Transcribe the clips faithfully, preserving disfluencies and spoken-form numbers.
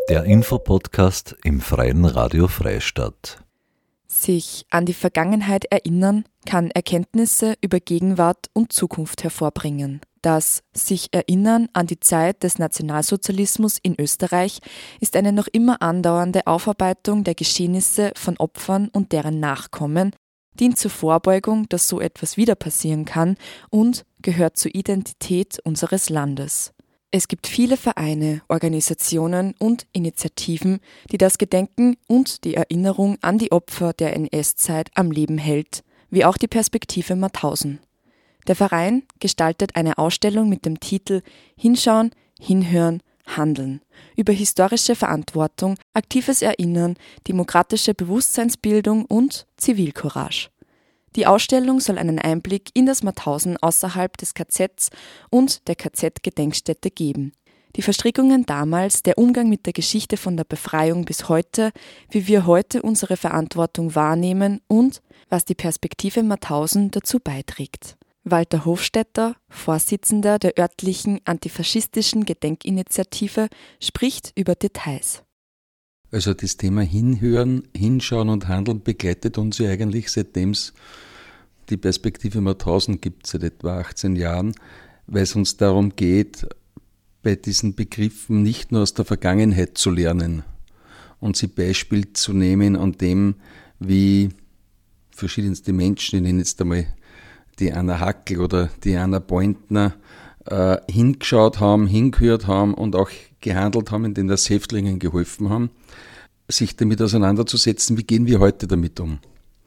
Der Infopodcast im Freien Radio Freistadt. Sich an die Vergangenheit erinnern kann Erkenntnisse über Gegenwart und Zukunft hervorbringen. Das sich Erinnern an die Zeit des Nationalsozialismus in Österreich ist eine noch immer andauernde Aufarbeitung der Geschehnisse von Opfern und deren Nachkommen, dient zur Vorbeugung, dass so etwas wieder passieren kann und gehört zur Identität unseres Landes. Es gibt viele Vereine, Organisationen und Initiativen, die das Gedenken und die Erinnerung an die Opfer der N S-Zeit am Leben hält, wie auch die Perspektive Mauthausen. Der Verein gestaltet eine Ausstellung mit dem Titel Hinschauen, Hinhören, Handeln über historische Verantwortung, aktives Erinnern, demokratische Bewusstseinsbildung und Zivilcourage. Die Ausstellung soll einen Einblick in das Mauthausen außerhalb des K Zs und der K Z-Gedenkstätte geben. Die Verstrickungen damals, der Umgang mit der Geschichte von der Befreiung bis heute, wie wir heute unsere Verantwortung wahrnehmen und was die Perspektive Mauthausen dazu beiträgt. Walter Hofstetter, Vorsitzender der örtlichen antifaschistischen Gedenkinitiative, spricht über Details. Also das Thema Hinhören, Hinschauen und Handeln begleitet uns ja eigentlich, seitdem es die Perspektive Mauthausen gibt, seit etwa achtzehn Jahren, weil es uns darum geht, bei diesen Begriffen nicht nur aus der Vergangenheit zu lernen und sie Beispiel zu nehmen an dem, wie verschiedenste Menschen, ich nenne jetzt einmal die Anna Hackel oder die Anna Pointner, äh, hingeschaut haben, hingehört haben und auch gehandelt haben, indem das Häftlingen geholfen haben, sich damit auseinanderzusetzen, wie gehen wir heute damit um.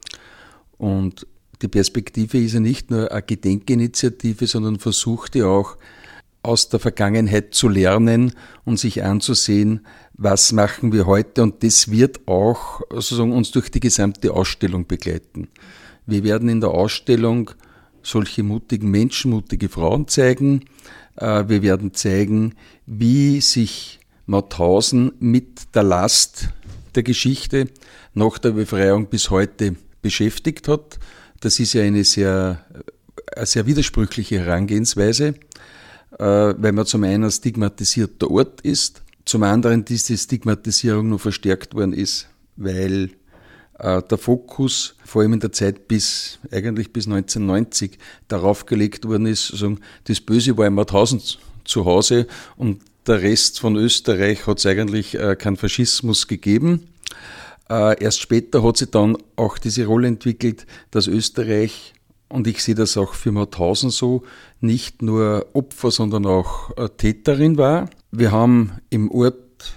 Und die Perspektive ist ja nicht nur eine Gedenkinitiative, sondern versucht ja auch aus der Vergangenheit zu lernen und sich anzusehen, was machen wir heute, und das wird auch sozusagen uns durch die gesamte Ausstellung begleiten. Wir werden in der Ausstellung solche mutigen Menschen, mutige Frauen zeigen. Wir werden zeigen, wie sich Mauthausen mit der Last der Geschichte nach der Befreiung bis heute beschäftigt hat. Das ist ja eine sehr, eine sehr widersprüchliche Herangehensweise, weil man zum einen ein stigmatisierter Ort ist, zum anderen diese Stigmatisierung noch verstärkt worden ist, weil der Fokus, vor allem in der Zeit bis, eigentlich bis neunzehnhundertneunzig, darauf gelegt worden ist, sagen, das Böse war in Mauthausen zu Hause und der Rest von Österreich hat es eigentlich äh, keinen Faschismus gegeben. Äh, erst später hat sich dann auch diese Rolle entwickelt, dass Österreich, und ich sehe das auch für Mauthausen so, nicht nur Opfer, sondern auch äh, Täterin war. Wir haben im Ort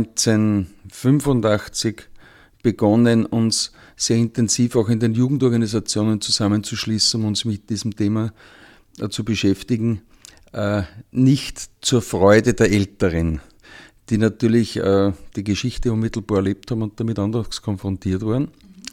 neunzehnhundertfünfundachtzig begonnen, uns sehr intensiv auch in den Jugendorganisationen zusammenzuschließen, um uns mit diesem Thema äh, zu beschäftigen. Äh, nicht zur Freude der Älteren, die natürlich äh, die Geschichte unmittelbar erlebt haben und damit anders konfrontiert waren.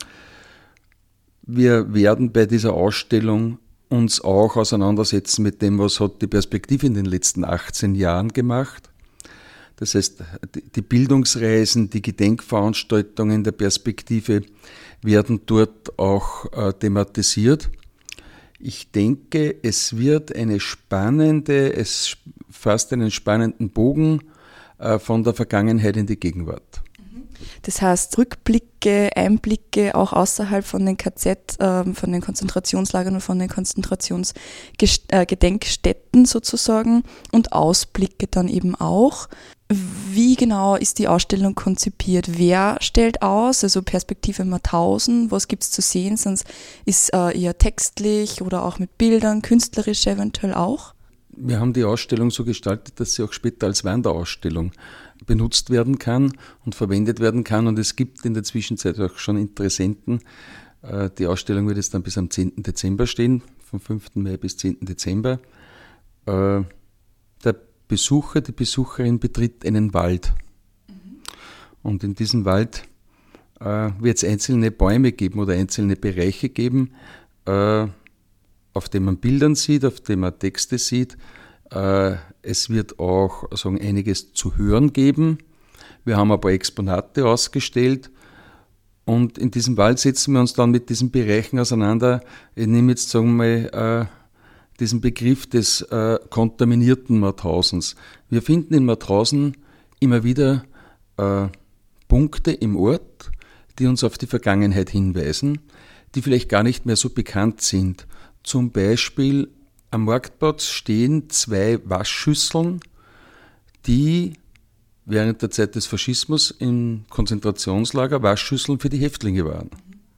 Wir werden bei dieser Ausstellung uns auch auseinandersetzen mit dem, was hat die Perspektive in den letzten achtzehn Jahren gemacht. Das heißt, die Bildungsreisen, die Gedenkveranstaltungen der Perspektive werden dort auch äh, thematisiert. Ich denke, es wird eine spannende, es fast einen spannenden Bogen äh, von der Vergangenheit in die Gegenwart. Das heißt, Rückblicke, Einblicke auch außerhalb von den K Z, äh, von den Konzentrationslagern und von den Konzentrationsgedenkstätten sozusagen und Ausblicke dann eben auch. Wie genau ist die Ausstellung konzipiert? Wer stellt aus? Also Perspektive Mauthausen, was gibt es zu sehen? Sonst ist äh, eher textlich oder auch mit Bildern, künstlerisch eventuell auch? Wir haben die Ausstellung so gestaltet, dass sie auch später als Wanderausstellung benutzt werden kann und verwendet werden kann. Und es gibt in der Zwischenzeit auch schon Interessenten. Äh, die Ausstellung wird jetzt dann bis am zehnten Dezember stehen, vom fünften Mai bis zehnten Dezember. Äh, der Besucher, die Besucherin betritt einen Wald. Mhm. Und in diesem Wald äh, wird es einzelne Bäume geben oder einzelne Bereiche geben, äh, auf denen man Bildern sieht, auf denen man Texte sieht. Äh, es wird auch sagen, einiges zu hören geben. Wir haben ein paar Exponate ausgestellt. Und in diesem Wald setzen wir uns dann mit diesen Bereichen auseinander. Ich nehme jetzt, sagen wir mal, äh, diesen Begriff des äh, kontaminierten Mauthausens. Wir finden in Mauthausen immer wieder äh, Punkte im Ort, die uns auf die Vergangenheit hinweisen, die vielleicht gar nicht mehr so bekannt sind. Zum Beispiel am Marktplatz stehen zwei Waschschüsseln, die während der Zeit des Faschismus im Konzentrationslager Waschschüsseln für die Häftlinge waren.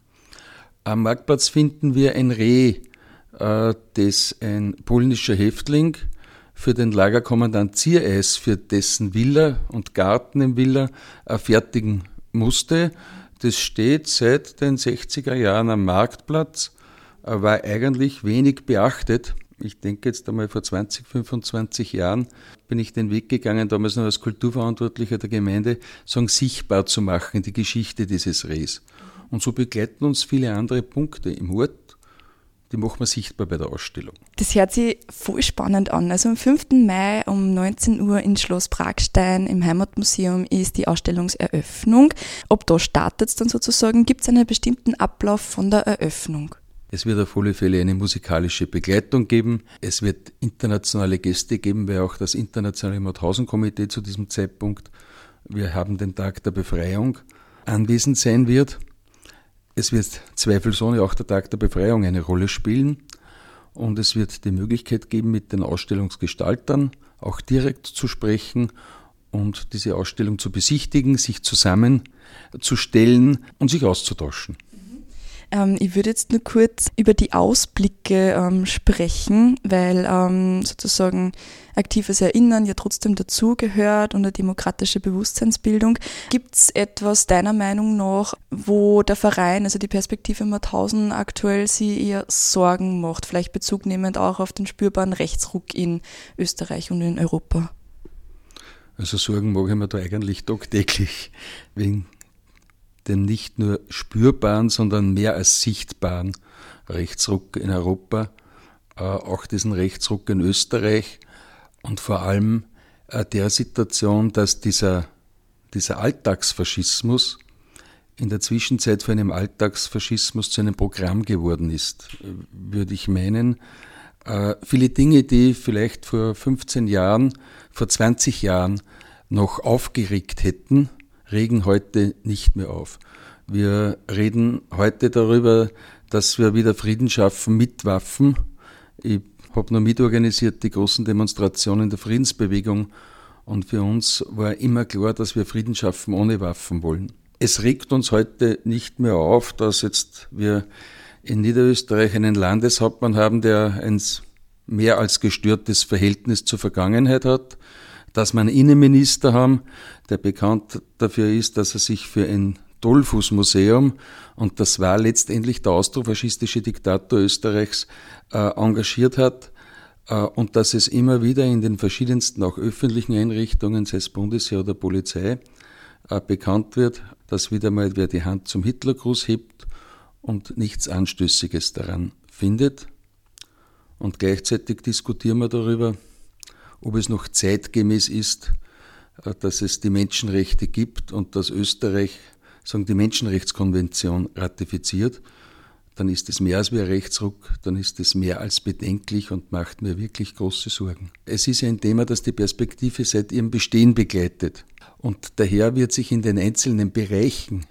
Am Marktplatz finden wir ein Reh, äh, das ein polnischer Häftling für den Lagerkommandant Ziereis, für dessen Villa und Garten im Villa äh, fertigen musste. Das steht seit den sechziger Jahren am Marktplatz, äh, war eigentlich wenig beachtet. Ich denke jetzt einmal vor zwanzig, fünfundzwanzig Jahren bin ich den Weg gegangen, damals noch als Kulturverantwortlicher der Gemeinde, sagen, sichtbar zu machen, die Geschichte dieses Rehs. Und so begleiten uns viele andere Punkte im Ort, die machen wir sichtbar bei der Ausstellung. Das hört sich voll spannend an. Also am fünften Mai um neunzehn Uhr in Schloss Pragstein im Heimatmuseum ist die Ausstellungseröffnung. Ob da startet es dann sozusagen? Gibt es einen bestimmten Ablauf von der Eröffnung? Es wird auf alle Fälle eine musikalische Begleitung geben. Es wird internationale Gäste geben, weil auch das internationale Mauthausen-Komitee zu diesem Zeitpunkt, wir haben den Tag der Befreiung, anwesend sein wird. Es wird zweifelsohne auch der Tag der Befreiung eine Rolle spielen und es wird die Möglichkeit geben, mit den Ausstellungsgestaltern auch direkt zu sprechen und diese Ausstellung zu besichtigen, sich zusammenzustellen und sich auszutauschen. Ähm, ich würde jetzt nur kurz über die Ausblicke ähm, sprechen, weil ähm, sozusagen aktives Erinnern ja trotzdem dazugehört und eine demokratische Bewusstseinsbildung. Gibt es etwas deiner Meinung nach, wo der Verein, also die Perspektive Mauthausen, aktuell sich eher Sorgen macht, vielleicht bezugnehmend auch auf den spürbaren Rechtsruck in Österreich und in Europa? Also Sorgen mache ich mir da eigentlich tagtäglich, wegen den nicht nur spürbaren, sondern mehr als sichtbaren Rechtsruck in Europa, äh, auch diesen Rechtsruck in Österreich und vor allem äh, der Situation, dass dieser, dieser Alltagsfaschismus in der Zwischenzeit von einem Alltagsfaschismus zu einem Programm geworden ist, würde ich meinen. Äh, viele Dinge, die vielleicht vor fünfzehn Jahren, vor zwanzig Jahren noch aufgeregt hätten, regen heute nicht mehr auf. Wir reden heute darüber, dass wir wieder Frieden schaffen mit Waffen. Ich habe noch mitorganisiert die großen Demonstrationen der Friedensbewegung und für uns war immer klar, dass wir Frieden schaffen ohne Waffen wollen. Es regt uns heute nicht mehr auf, dass jetzt wir in Niederösterreich einen Landeshauptmann haben, der ein mehr als gestörtes Verhältnis zur Vergangenheit hat, dass wir einen Innenminister haben, der bekannt dafür ist, dass er sich für ein Dollfuß-Museum, und das war letztendlich der austrofaschistische Diktator Österreichs, äh, engagiert hat, äh, und dass es immer wieder in den verschiedensten auch öffentlichen Einrichtungen, sei es Bundesheer oder Polizei, äh, bekannt wird, dass wieder mal wer die Hand zum Hitlergruß hebt und nichts Anstößiges daran findet. Und gleichzeitig diskutieren wir darüber, ob es noch zeitgemäß ist, dass es die Menschenrechte gibt und dass Österreich sagen, die Menschenrechtskonvention ratifiziert, dann ist es mehr als wie ein Rechtsruck, dann ist es mehr als bedenklich und macht mir wirklich große Sorgen. Es ist ja ein Thema, das die Perspektive seit ihrem Bestehen begleitet. Und daher wird sich in den einzelnen Bereichen,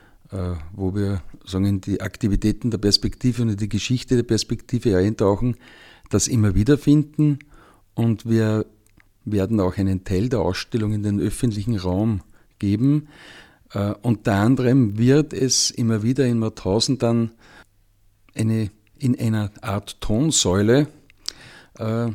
wo wir sagen, in die Aktivitäten der Perspektive und in die Geschichte der Perspektive eintauchen, das immer wieder finden. Und wir werden auch einen Teil der Ausstellung in den öffentlichen Raum geben. Äh, unter anderem wird es immer wieder in Mauthausen dann eine, in einer Art Tonsäule äh,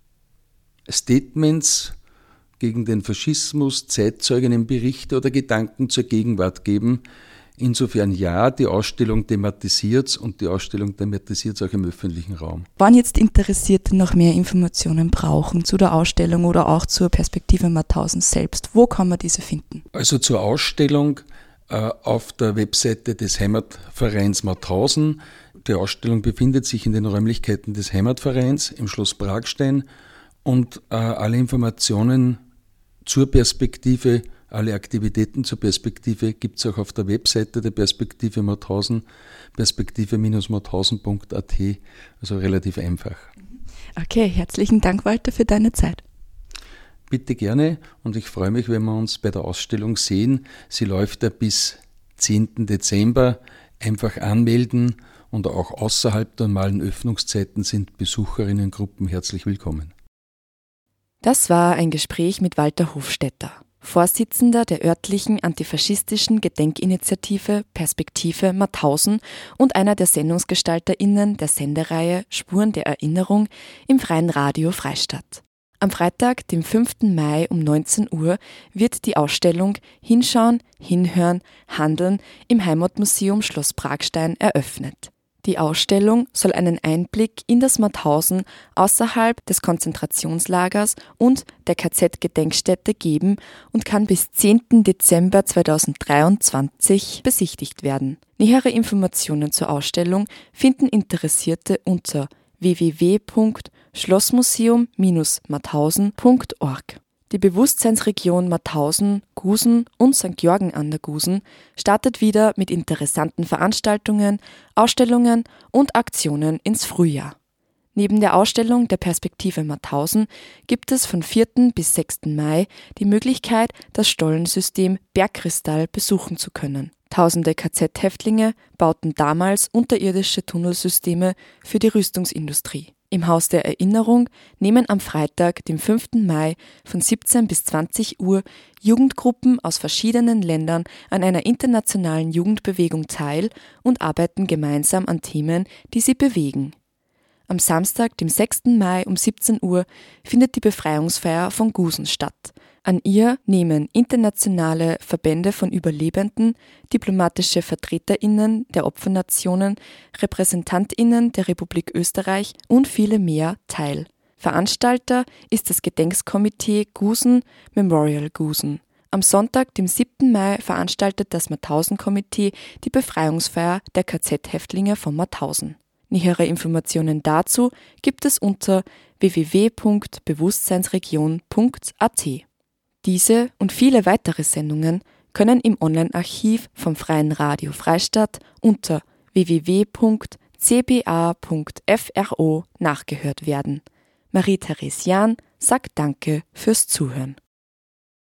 Statements gegen den Faschismus, Zeitzeuginnenberichte oder Gedanken zur Gegenwart geben. Insofern ja, die Ausstellung thematisiert es und die Ausstellung thematisiert es auch im öffentlichen Raum. Wenn jetzt Interessierte noch mehr Informationen brauchen zu der Ausstellung oder auch zur Perspektive Mauthausen selbst, wo kann man diese finden? Also zur Ausstellung äh, auf der Webseite des Heimatvereins Mauthausen. Die Ausstellung befindet sich in den Räumlichkeiten des Heimatvereins im Schloss Pragstein und äh, alle Informationen zur Perspektive, alle Aktivitäten zur Perspektive gibt es auch auf der Webseite der Perspektive Mauthausen, perspektive mauthausen punkt a t, also relativ einfach. Okay, herzlichen Dank, Walter, für deine Zeit. bitte gerne und ich freue mich, wenn wir uns bei der Ausstellung sehen. Sie läuft ja bis zehnten Dezember. Einfach anmelden und auch außerhalb der normalen Öffnungszeiten sind Besucherinnengruppen herzlich willkommen. Das war ein Gespräch mit Walter Hofstetter, Vorsitzender der örtlichen antifaschistischen Gedenkinitiative Perspektive Mauthausen und einer der SendungsgestalterInnen der Sendereihe Spuren der Erinnerung im Freien Radio Freistadt. Am Freitag, dem fünften Mai um neunzehn Uhr, wird die Ausstellung Hinschauen, Hinhören, Handeln im Heimatmuseum Schloss Pragstein eröffnet. Die Ausstellung soll einen Einblick in das Mauthausen außerhalb des Konzentrationslagers und der K Z-Gedenkstätte geben und kann bis zehnten Dezember zweitausenddreiundzwanzig besichtigt werden. Nähere Informationen zur Ausstellung finden Interessierte unter w w w punkt schlossmuseum Bindestrich mauthausen punkt org. Die Bewusstseinsregion Mauthausen, Gusen und Sankt Georgen an der Gusen startet wieder mit interessanten Veranstaltungen, Ausstellungen und Aktionen ins Frühjahr. Neben der Ausstellung der Perspektive Mauthausen gibt es von vierten bis sechsten Mai die Möglichkeit, das Stollensystem Bergkristall besuchen zu können. Tausende K Z-Häftlinge bauten damals unterirdische Tunnelsysteme für die Rüstungsindustrie. Im Haus der Erinnerung nehmen am Freitag, dem fünften Mai von siebzehn bis zwanzig Uhr Jugendgruppen aus verschiedenen Ländern an einer internationalen Jugendbewegung teil und arbeiten gemeinsam an Themen, die sie bewegen. Am Samstag, dem sechsten Mai um siebzehn Uhr findet die Befreiungsfeier von Gusen statt. An ihr nehmen internationale Verbände von Überlebenden, diplomatische VertreterInnen der Opfernationen, RepräsentantInnen der Republik Österreich und viele mehr teil. Veranstalter ist das Gedenkskomitee Gusen Memorial Gusen. Am Sonntag, dem siebten Mai, veranstaltet das Mauthausen-Komitee die Befreiungsfeier der K Z-Häftlinge von Mauthausen. Nähere Informationen dazu gibt es unter w w w punkt bewusstseinsregion punkt a t. Diese und viele weitere Sendungen können im Online-Archiv vom Freien Radio Freistadt unter w w w punkt c b a punkt f r o nachgehört werden. Marie-Therese Jahn sagt Danke fürs Zuhören.